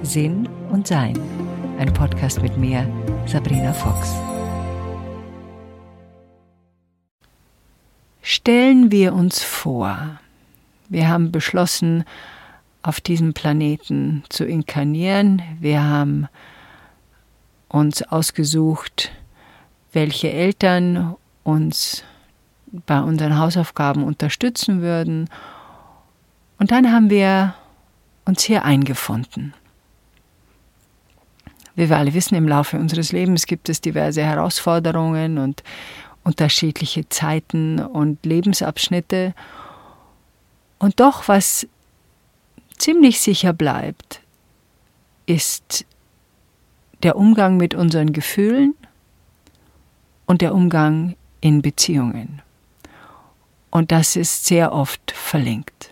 Sinn und Sein. Ein Podcast mit mir, Sabrina Fox. Stellen wir uns vor, wir haben beschlossen, auf diesem Planeten zu inkarnieren. Wir haben uns ausgesucht, welche Eltern uns bei unseren Hausaufgaben unterstützen würden. Und dann haben wir uns hier eingefunden. Wie wir alle wissen, im Laufe unseres Lebens gibt es diverse Herausforderungen und unterschiedliche Zeiten und Lebensabschnitte. Und doch, was ziemlich sicher bleibt, ist der Umgang mit unseren Gefühlen und der Umgang in Beziehungen. Und das ist sehr oft verlinkt.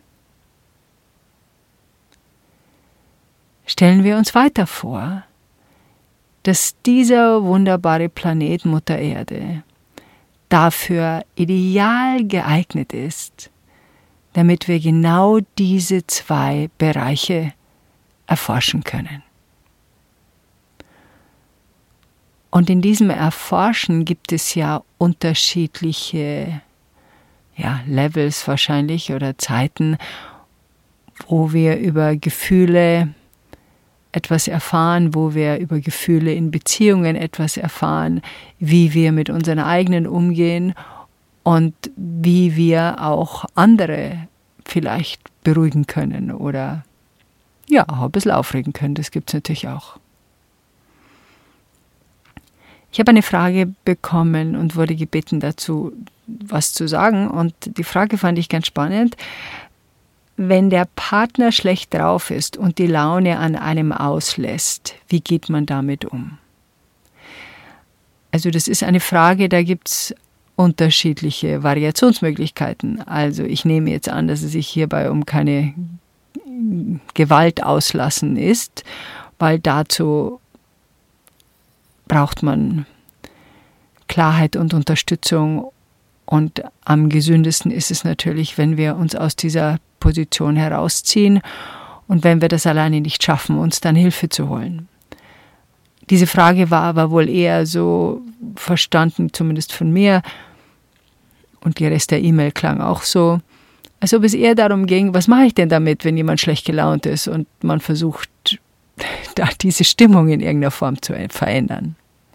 Stellen wir uns weiter vor, dass dieser wunderbare Planet Mutter Erde dafür ideal geeignet ist, damit wir genau diese zwei Bereiche erforschen können. Und in diesem Erforschen gibt es ja unterschiedliche Levels wahrscheinlich oder Zeiten, wo wir über Gefühle etwas erfahren, wo wir über Gefühle in Beziehungen etwas erfahren, wie wir mit unseren eigenen umgehen und wie wir auch andere vielleicht beruhigen können oder auch ein bisschen aufregen können. Das gibt es natürlich auch. Ich habe eine Frage bekommen und wurde gebeten, dazu was zu sagen. Und die Frage fand ich ganz spannend. Wenn der Partner schlecht drauf ist und die Laune an einem auslässt, wie geht man damit um? Also das ist eine Frage, da gibt es unterschiedliche Variationsmöglichkeiten. Also ich nehme jetzt an, dass es sich hierbei um keine Gewalt auslassen ist, weil dazu braucht man Klarheit und Unterstützung. Und am gesündesten ist es natürlich, wenn wir uns aus dieser Position herausziehen und wenn wir das alleine nicht schaffen, uns dann Hilfe zu holen. Diese Frage war aber wohl eher so verstanden, zumindest von mir, und der Rest der E-Mail klang auch so, als ob es eher darum ging, was mache ich denn damit, wenn jemand schlecht gelaunt ist und man versucht, da diese Stimmung in irgendeiner Form zu verändern.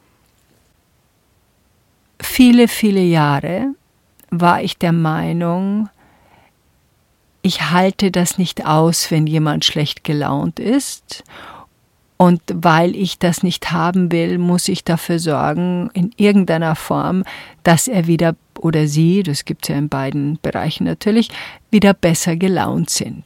Viele, viele Jahre war ich der Meinung, ich halte das nicht aus, wenn jemand schlecht gelaunt ist. Und weil ich das nicht haben will, muss ich dafür sorgen, in irgendeiner Form, dass er wieder oder sie, das gibt es ja in beiden Bereichen natürlich, wieder besser gelaunt sind.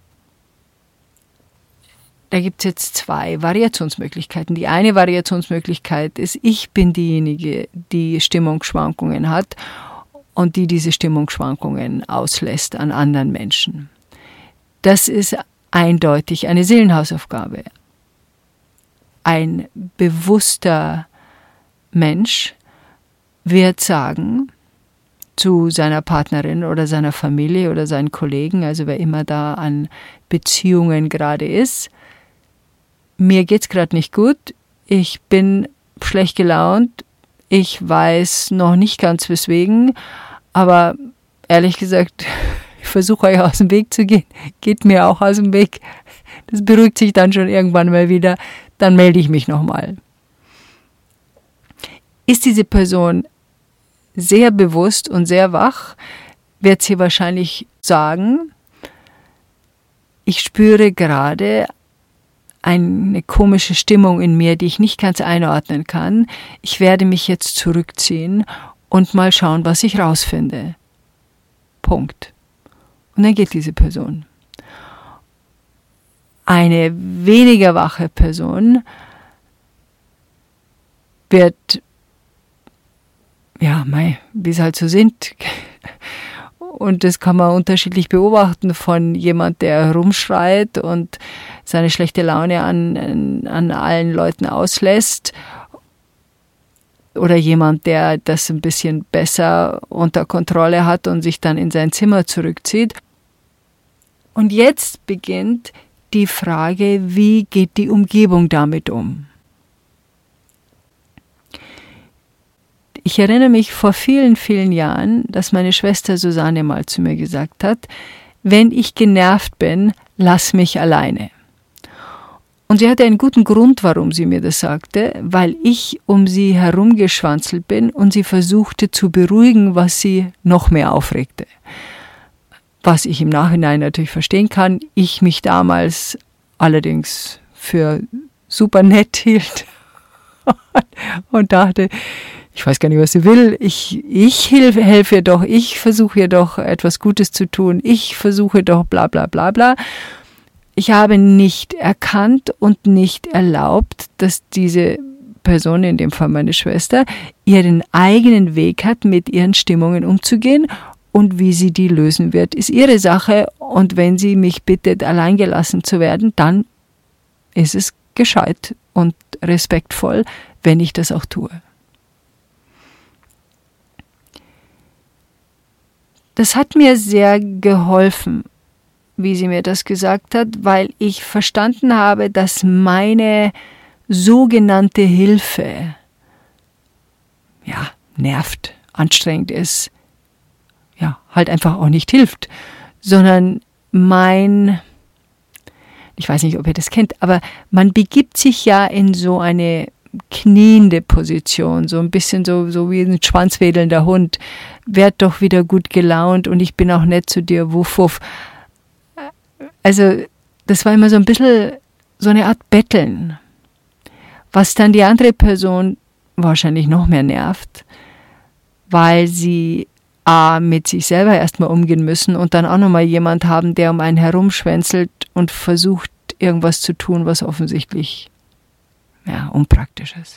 Da gibt es jetzt zwei Variationsmöglichkeiten. Die eine Variationsmöglichkeit ist, ich bin diejenige, die Stimmungsschwankungen hat und die diese Stimmungsschwankungen auslässt an anderen Menschen. Das ist eindeutig eine Seelenhausaufgabe. Ein bewusster Mensch wird sagen zu seiner Partnerin oder seiner Familie oder seinen Kollegen, also wer immer da an Beziehungen gerade ist, mir geht's gerade nicht gut, ich bin schlecht gelaunt, ich weiß noch nicht ganz weswegen, aber ehrlich gesagt, ich versuche euch aus dem Weg zu gehen, geht mir auch aus dem Weg. Das beruhigt sich dann schon irgendwann mal wieder, dann melde ich mich nochmal. Ist diese Person sehr bewusst und sehr wach, wird sie wahrscheinlich sagen, ich spüre gerade eine komische Stimmung in mir, die ich nicht ganz einordnen kann. Ich werde mich jetzt zurückziehen und mal schauen, was ich rausfinde. Punkt. Und dann geht diese Person. Eine weniger wache Person wird, wie es halt so sind, und das kann man unterschiedlich beobachten von jemand, der herumschreit und seine schlechte Laune an allen Leuten auslässt, oder jemand, der das ein bisschen besser unter Kontrolle hat und sich dann in sein Zimmer zurückzieht. Und jetzt beginnt die Frage, wie geht die Umgebung damit um? Ich erinnere mich vor vielen, vielen Jahren, dass meine Schwester Susanne mal zu mir gesagt hat, wenn ich genervt bin, lass mich alleine. Und sie hatte einen guten Grund, warum sie mir das sagte, weil ich um sie herumgeschwanzelt bin und sie versuchte zu beruhigen, was sie noch mehr aufregte. Was ich im Nachhinein natürlich verstehen kann, ich mich damals allerdings für super nett hielt und dachte, ich weiß gar nicht, was sie will. Ich helfe ihr doch, ich versuche ihr doch etwas Gutes zu tun, ich versuche doch bla bla bla bla. Ich habe nicht erkannt und nicht erlaubt, dass diese Person, in dem Fall meine Schwester, ihren eigenen Weg hat, mit ihren Stimmungen umzugehen, und wie sie die lösen wird, ist ihre Sache, und wenn sie mich bittet, allein gelassen zu werden, dann ist es gescheit und respektvoll, wenn ich das auch tue. Das hat mir sehr geholfen, wie sie mir das gesagt hat, weil ich verstanden habe, dass meine sogenannte Hilfe, nervt, anstrengend ist, halt einfach auch nicht hilft, sondern ich weiß nicht, ob ihr das kennt, aber man begibt sich ja in so eine kniende Position, so ein bisschen so wie ein schwanzwedelnder Hund, werd doch wieder gut gelaunt und ich bin auch nett zu dir, wuff, wuff. Also das war immer so ein bisschen so eine Art Betteln, was dann die andere Person wahrscheinlich noch mehr nervt, weil sie mit sich selber erstmal umgehen müssen und dann auch nochmal jemand haben, der um einen herumschwänzelt und versucht, irgendwas zu tun, was offensichtlich unpraktisch ist.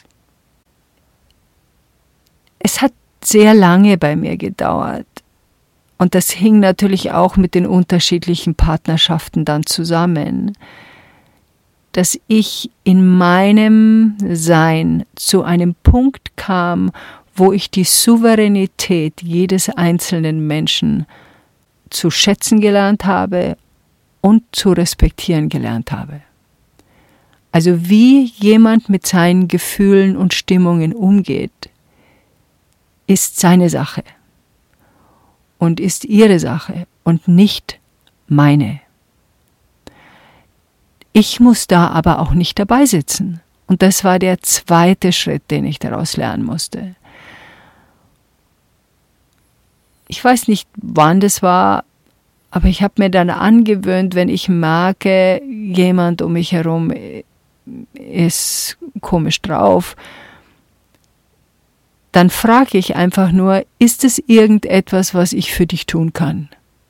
Es hat sehr lange bei mir gedauert und das hing natürlich auch mit den unterschiedlichen Partnerschaften dann zusammen, dass ich in meinem Sein zu einem Punkt kam, wo ich die Souveränität jedes einzelnen Menschen zu schätzen gelernt habe und zu respektieren gelernt habe. Also wie jemand mit seinen Gefühlen und Stimmungen umgeht, ist seine Sache und ist ihre Sache und nicht meine. Ich muss da aber auch nicht dabei sitzen. Und das war der zweite Schritt, den ich daraus lernen musste. Ich weiß nicht, wann das war, aber ich habe mir dann angewöhnt, wenn ich merke, jemand um mich herum ist komisch drauf, dann frage ich einfach nur, ist es irgendetwas, was ich für dich tun kann?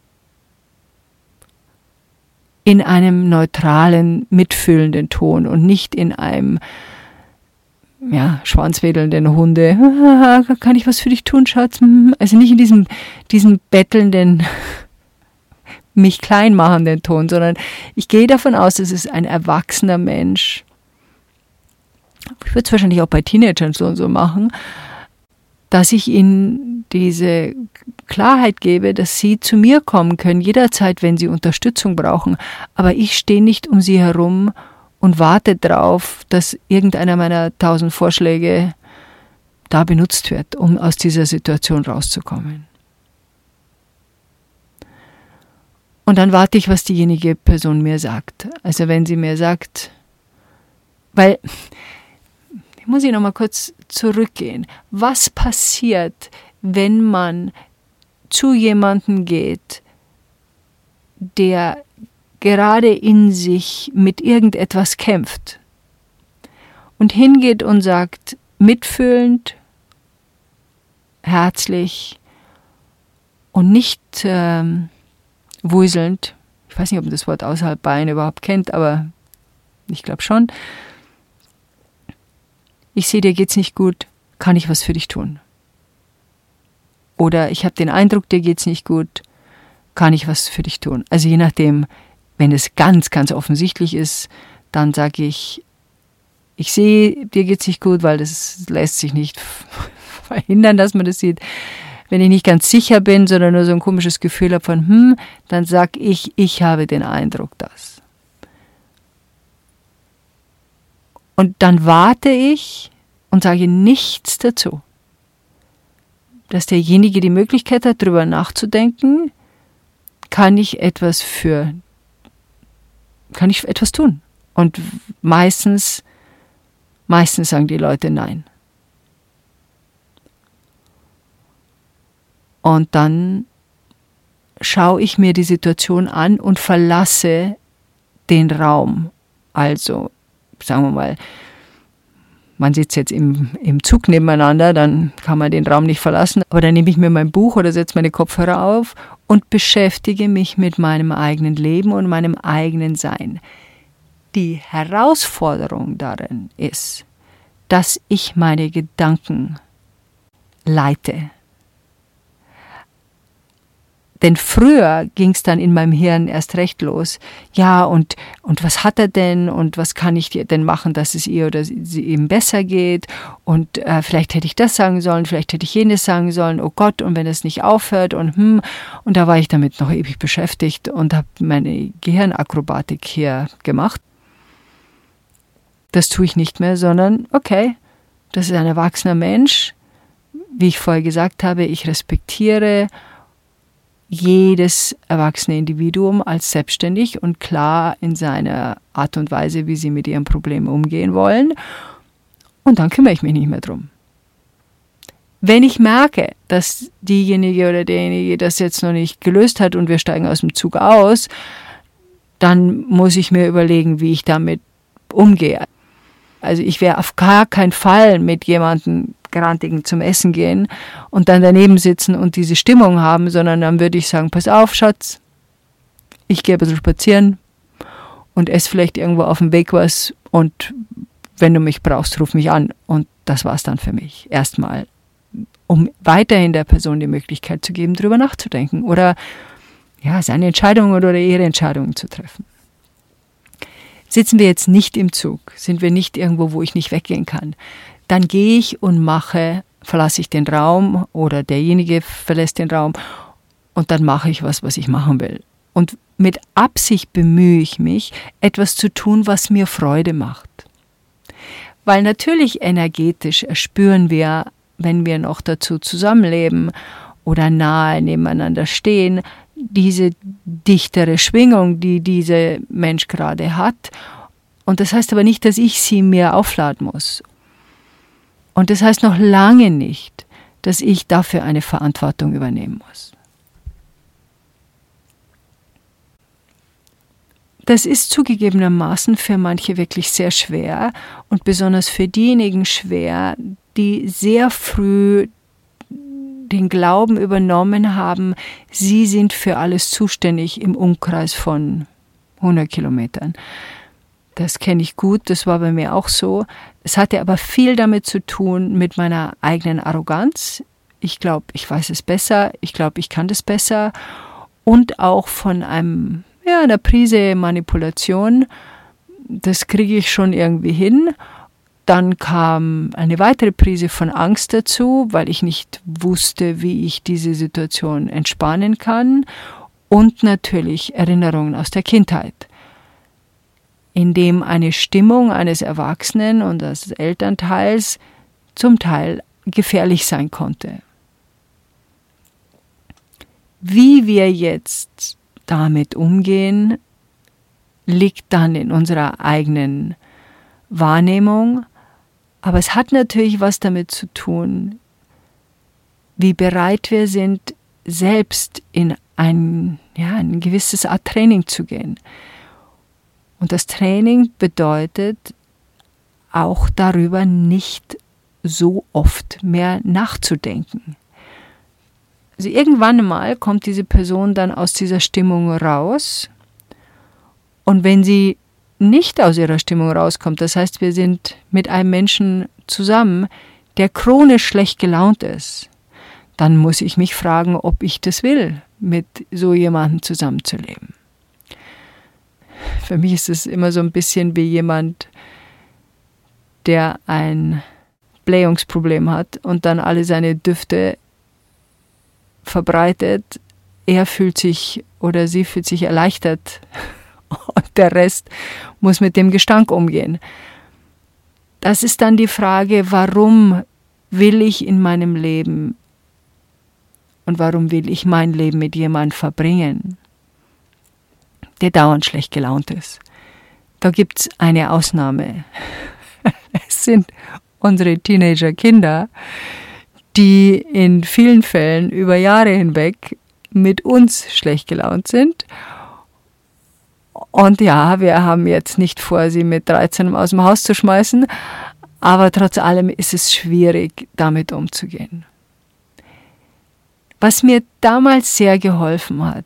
In einem neutralen, mitfühlenden Ton und nicht in einem schwanzwedelnden Hunde. Kann ich was für dich tun, Schatz? Also nicht in diesem bettelnden, mich klein machenden Ton, sondern ich gehe davon aus, es ist ein erwachsener Mensch. Ich würde es wahrscheinlich auch bei Teenagern so machen, dass ich ihnen diese Klarheit gebe, dass sie zu mir kommen können, jederzeit, wenn sie Unterstützung brauchen. Aber ich stehe nicht um sie herum und warte darauf, dass irgendeiner meiner 1000 Vorschläge da benutzt wird, um aus dieser Situation rauszukommen. Und dann warte ich, was diejenige Person mir sagt. Also wenn sie mir sagt, weil, ich muss hier nochmal kurz zurückgehen. Was passiert, wenn man zu jemandem geht, der gerade in sich mit irgendetwas kämpft und hingeht und sagt, mitfühlend, herzlich und nicht wuselnd, ich weiß nicht, ob man das Wort außerhalb Beine überhaupt kennt, aber ich glaube schon, ich sehe, dir geht's nicht gut, kann ich was für dich tun? Oder ich habe den Eindruck, dir geht's nicht gut, kann ich was für dich tun? Also je nachdem, wenn es ganz, ganz offensichtlich ist, dann sage ich sehe, dir geht's nicht gut, weil das lässt sich nicht verhindern, dass man das sieht. Wenn ich nicht ganz sicher bin, sondern nur so ein komisches Gefühl habe von dann sage ich habe den Eindruck, dass. Und dann warte ich und sage nichts dazu. Dass derjenige die Möglichkeit hat, darüber nachzudenken, kann ich etwas tun. Und meistens sagen die Leute nein. Und dann schaue ich mir die Situation an und verlasse den Raum. Also, sagen wir mal, man sitzt jetzt im Zug nebeneinander, dann kann man den Raum nicht verlassen. Aber dann nehme ich mir mein Buch oder setze meine Kopfhörer auf und beschäftige mich mit meinem eigenen Leben und meinem eigenen Sein. Die Herausforderung darin ist, dass ich meine Gedanken leite. Denn früher ging es dann in meinem Hirn erst recht los. Ja, und was hat er denn? Und was kann ich denn machen, dass es ihr oder sie ihm besser geht? Und vielleicht hätte ich das sagen sollen, vielleicht hätte ich jenes sagen sollen. Oh Gott, und wenn es nicht aufhört und da war ich damit noch ewig beschäftigt und habe meine Gehirnakrobatik hier gemacht. Das tue ich nicht mehr, sondern okay, das ist ein erwachsener Mensch. Wie ich vorher gesagt habe, ich respektiere jedes erwachsene Individuum als selbstständig und klar in seiner Art und Weise, wie sie mit ihren Problemen umgehen wollen. Und dann kümmere ich mich nicht mehr drum. Wenn ich merke, dass diejenige oder derjenige das jetzt noch nicht gelöst hat und wir steigen aus dem Zug aus, dann muss ich mir überlegen, wie ich damit umgehe. Also ich werde auf gar keinen Fall mit jemandem Grantigen zum Essen gehen und dann daneben sitzen und diese Stimmung haben, sondern dann würde ich sagen, pass auf, Schatz, ich gehe ein bisschen spazieren und esse vielleicht irgendwo auf dem Weg was und wenn du mich brauchst, ruf mich an. Und das war es dann für mich. Erstmal, um weiterhin der Person die Möglichkeit zu geben, darüber nachzudenken oder ja, seine Entscheidungen oder ihre Entscheidungen zu treffen. Sitzen wir jetzt nicht im Zug, sind wir nicht irgendwo, wo ich nicht weggehen kann, dann gehe ich und verlasse ich den Raum oder derjenige verlässt den Raum und dann mache ich was ich machen will. Und mit Absicht bemühe ich mich, etwas zu tun, was mir Freude macht. Weil natürlich energetisch erspüren wir, wenn wir noch dazu zusammenleben oder nahe nebeneinander stehen, diese dichtere Schwingung, die dieser Mensch gerade hat. Und das heißt aber nicht, dass ich sie mehr aufladen muss. Und das heißt noch lange nicht, dass ich dafür eine Verantwortung übernehmen muss. Das ist zugegebenermaßen für manche wirklich sehr schwer und besonders für diejenigen schwer, die sehr früh den Glauben übernommen haben, sie sind für alles zuständig im Umkreis von 100 Kilometern. Das kenne ich gut, das war bei mir auch so. Es hatte aber viel damit zu tun mit meiner eigenen Arroganz. Ich glaube, ich weiß es besser, ich glaube, ich kann das besser und auch von einer Prise Manipulation. Das kriege ich schon irgendwie hin. Dann kam eine weitere Prise von Angst dazu, weil ich nicht wusste, wie ich diese Situation entspannen kann. Und natürlich Erinnerungen aus der Kindheit, in dem eine Stimmung eines Erwachsenen und des Elternteils zum Teil gefährlich sein konnte. Wie wir jetzt damit umgehen, liegt dann in unserer eigenen Wahrnehmung, aber es hat natürlich was damit zu tun, wie bereit wir sind, selbst in ein gewisses Art Training zu gehen. Und das Training bedeutet auch darüber nicht so oft mehr nachzudenken. Also irgendwann mal kommt diese Person dann aus dieser Stimmung raus und wenn sie nicht aus ihrer Stimmung rauskommt, das heißt, wir sind mit einem Menschen zusammen, der chronisch schlecht gelaunt ist, dann muss ich mich fragen, ob ich das will, mit so jemandem zusammenzuleben. Für mich ist es immer so ein bisschen wie jemand, der ein Blähungsproblem hat und dann alle seine Düfte verbreitet. Er fühlt sich oder sie fühlt sich erleichtert und der Rest muss mit dem Gestank umgehen. das ist dann die Frage, warum will ich in meinem Leben und warum will ich mein Leben mit jemandem verbringen, der dauernd schlecht gelaunt ist. Da gibt es eine Ausnahme. Es sind unsere Teenager-Kinder, die in vielen Fällen über Jahre hinweg mit uns schlecht gelaunt sind. Und ja, wir haben jetzt nicht vor, sie mit 13 aus dem Haus zu schmeißen, aber trotz allem ist es schwierig, damit umzugehen. Was mir damals sehr geholfen hat,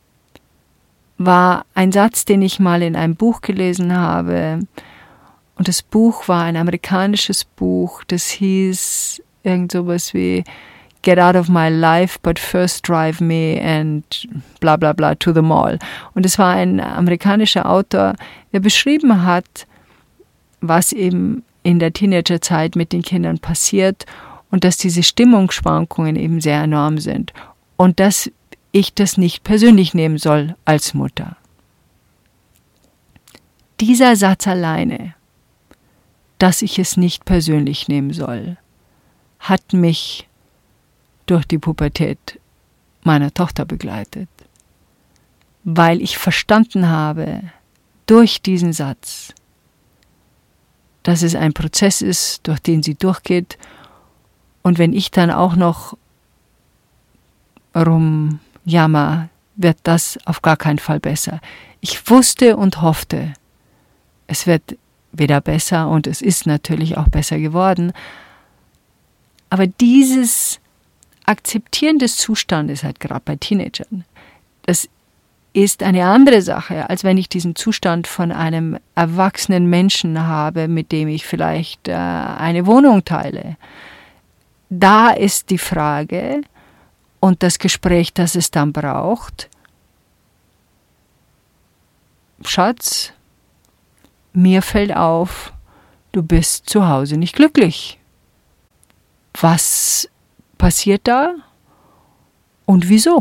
war ein Satz, den ich mal in einem Buch gelesen habe. Und das Buch war ein amerikanisches Buch, das hieß irgend sowas wie Get out of my life, but first drive me and bla bla bla to the mall. Und es war ein amerikanischer Autor, der beschrieben hat, was eben in der Teenagerzeit mit den Kindern passiert und dass diese Stimmungsschwankungen eben sehr enorm sind und dass ich das nicht persönlich nehmen soll als Mutter. Dieser Satz alleine, dass ich es nicht persönlich nehmen soll, hat mich durch die Pubertät meiner Tochter begleitet, weil ich verstanden habe durch diesen Satz, dass es ein Prozess ist, durch den sie durchgeht, und wenn ich dann auch noch rumjammer, wird das auf gar keinen Fall besser. Ich wusste und hoffte, es wird wieder besser, und es ist natürlich auch besser geworden, aber dieses Akzeptieren des Zustandes, halt gerade bei Teenagern, das ist eine andere Sache, als wenn ich diesen Zustand von einem erwachsenen Menschen habe, mit dem ich vielleicht eine Wohnung teile. Da ist die Frage und das Gespräch, das es dann braucht: Schatz, mir fällt auf, du bist zu Hause nicht glücklich. Was passiert da und wieso?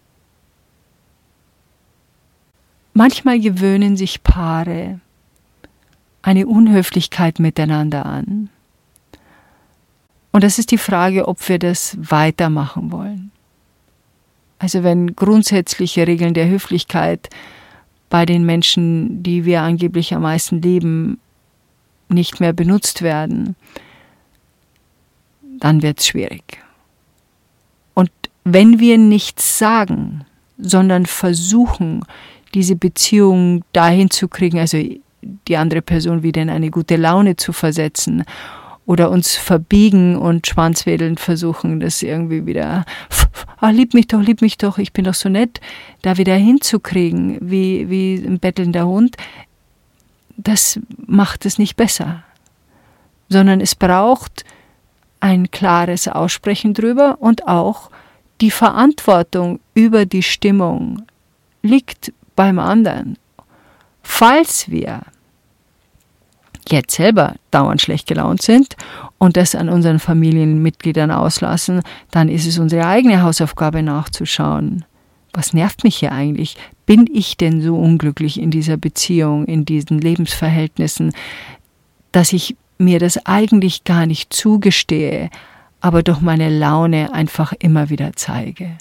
Manchmal gewöhnen sich Paare eine Unhöflichkeit miteinander an. Und das ist die Frage, ob wir das weitermachen wollen. Also wenn grundsätzliche Regeln der Höflichkeit bei den Menschen, die wir angeblich am meisten lieben, nicht mehr benutzt werden, dann wird es schwierig. Und wenn wir nichts sagen, sondern versuchen, diese Beziehung dahin zu kriegen, also die andere Person wieder in eine gute Laune zu versetzen, oder uns verbiegen und schwanzwedelnd versuchen, das irgendwie wieder, lieb mich doch, ich bin doch so nett, da wieder hinzukriegen, wie ein bettelnder Hund, das macht es nicht besser. Sondern es braucht ein klares Aussprechen drüber, und auch die Verantwortung über die Stimmung liegt beim anderen. Falls wir jetzt selber dauernd schlecht gelaunt sind und das an unseren Familienmitgliedern auslassen, dann ist es unsere eigene Hausaufgabe nachzuschauen. Was nervt mich hier eigentlich? Bin ich denn so unglücklich in dieser Beziehung, in diesen Lebensverhältnissen, dass ich mir das eigentlich gar nicht zugestehe, aber durch meine Laune einfach immer wieder zeige?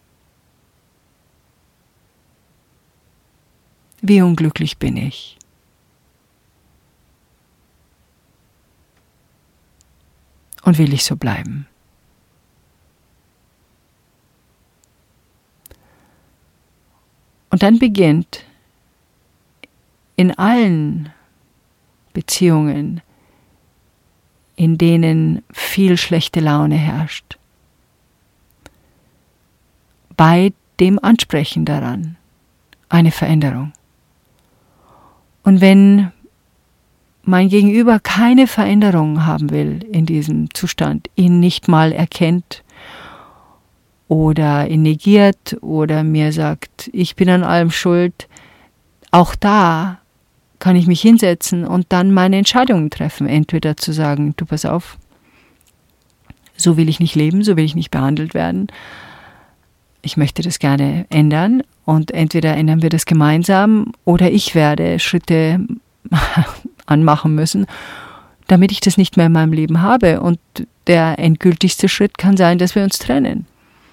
Wie unglücklich bin ich? Und will ich so bleiben? Und dann beginnt in allen Beziehungen, in denen viel schlechte Laune herrscht, bei dem Ansprechen daran eine Veränderung. Und wenn mein Gegenüber keine Veränderung haben will in diesem Zustand, ihn nicht mal erkennt oder ihn negiert oder mir sagt, ich bin an allem schuld, auch da kann ich mich hinsetzen und dann meine Entscheidungen treffen. Entweder zu sagen, du pass auf, so will ich nicht leben, so will ich nicht behandelt werden. Ich möchte das gerne ändern, und entweder ändern wir das gemeinsam oder ich werde Schritte anmachen müssen, damit ich das nicht mehr in meinem Leben habe. Und der endgültigste Schritt kann sein, dass wir uns trennen.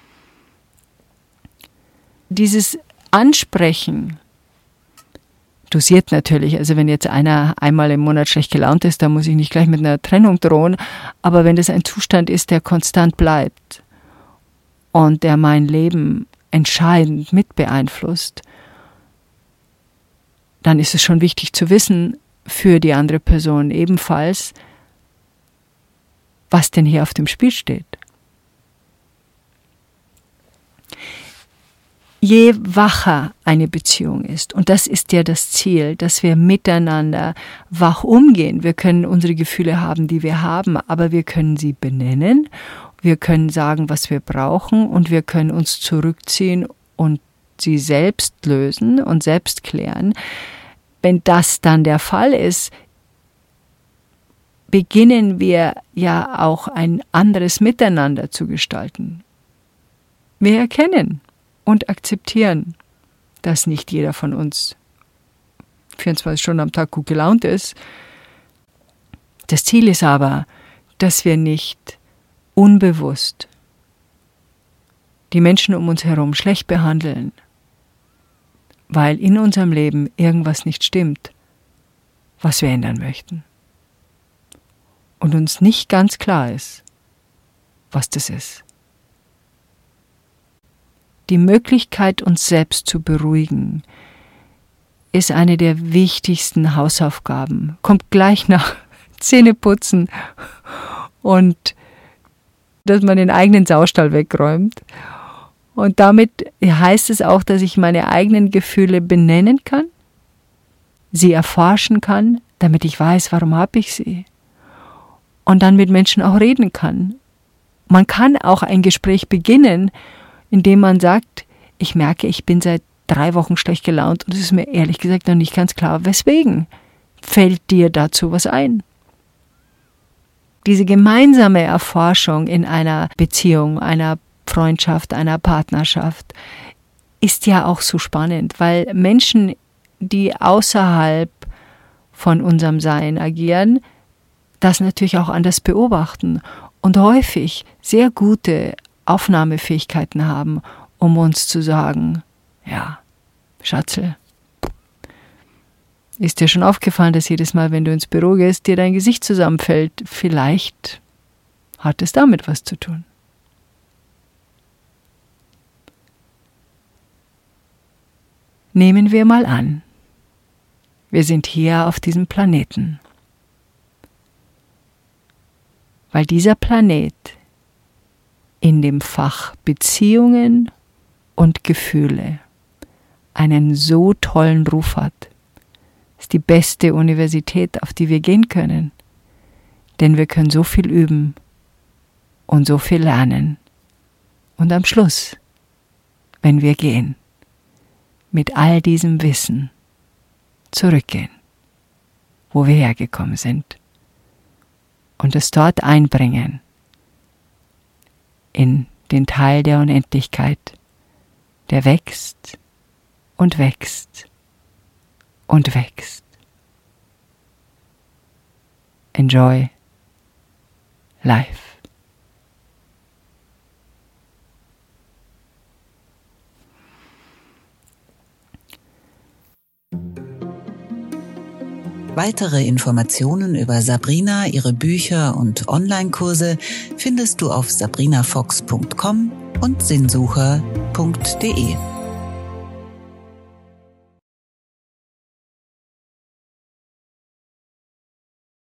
Dieses Ansprechen, dosiert natürlich, also wenn jetzt einer einmal im Monat schlecht gelaunt ist, dann muss ich nicht gleich mit einer Trennung drohen, aber wenn das ein Zustand ist, der konstant bleibt und der mein Leben entscheidend mit beeinflusst, dann ist es schon wichtig zu wissen, für die andere Person ebenfalls, was denn hier auf dem Spiel steht. Je wacher eine Beziehung ist, und das ist ja das Ziel, dass wir miteinander wach umgehen. Wir können unsere Gefühle haben, die wir haben, aber wir können sie benennen, wir können sagen, was wir brauchen, und wir können uns zurückziehen und sie selbst lösen und selbst klären. Wenn das dann der Fall ist, beginnen wir ja auch ein anderes Miteinander zu gestalten. Wir erkennen und akzeptieren, dass nicht jeder von uns 24 Stunden am Tag gut gelaunt ist. Das Ziel ist aber, dass wir nicht unbewusst die Menschen um uns herum schlecht behandeln, weil in unserem Leben irgendwas nicht stimmt, was wir ändern möchten. Und uns nicht ganz klar ist, was das ist. Die Möglichkeit, uns selbst zu beruhigen, ist eine der wichtigsten Hausaufgaben. Kommt gleich nach Zähneputzen und dass man den eigenen Saustall wegräumt. Und damit heißt es auch, dass ich meine eigenen Gefühle benennen kann, sie erforschen kann, damit ich weiß, warum habe ich sie. Und dann mit Menschen auch reden kann. Man kann auch ein Gespräch beginnen, indem man sagt, ich merke, ich bin seit 3 Wochen schlecht gelaunt und es ist mir ehrlich gesagt noch nicht ganz klar, weswegen. Fällt dir dazu was ein? Diese gemeinsame Erforschung in einer Beziehung, einer Freundschaft, einer Partnerschaft ist ja auch so spannend, weil Menschen, die außerhalb von unserem Sein agieren, das natürlich auch anders beobachten und häufig sehr gute Aufnahmefähigkeiten haben, um uns zu sagen, ja, Schatzel, ist dir schon aufgefallen, dass jedes Mal, wenn du ins Büro gehst, dir dein Gesicht zusammenfällt? Vielleicht hat es damit was zu tun. Nehmen wir mal an, wir sind hier auf diesem Planeten, weil dieser Planet in dem Fach Beziehungen und Gefühle einen so tollen Ruf hat. Ist die beste Universität, auf die wir gehen können. Denn wir können so viel üben und so viel lernen. Und am Schluss, wenn wir gehen, mit all diesem Wissen zurückgehen, wo wir hergekommen sind und es dort einbringen, in den Teil der Unendlichkeit, der wächst und wächst und wächst. Enjoy life. Weitere Informationen über Sabrina, ihre Bücher und Online-Kurse findest du auf sabrinafox.com und sinnsucher.de.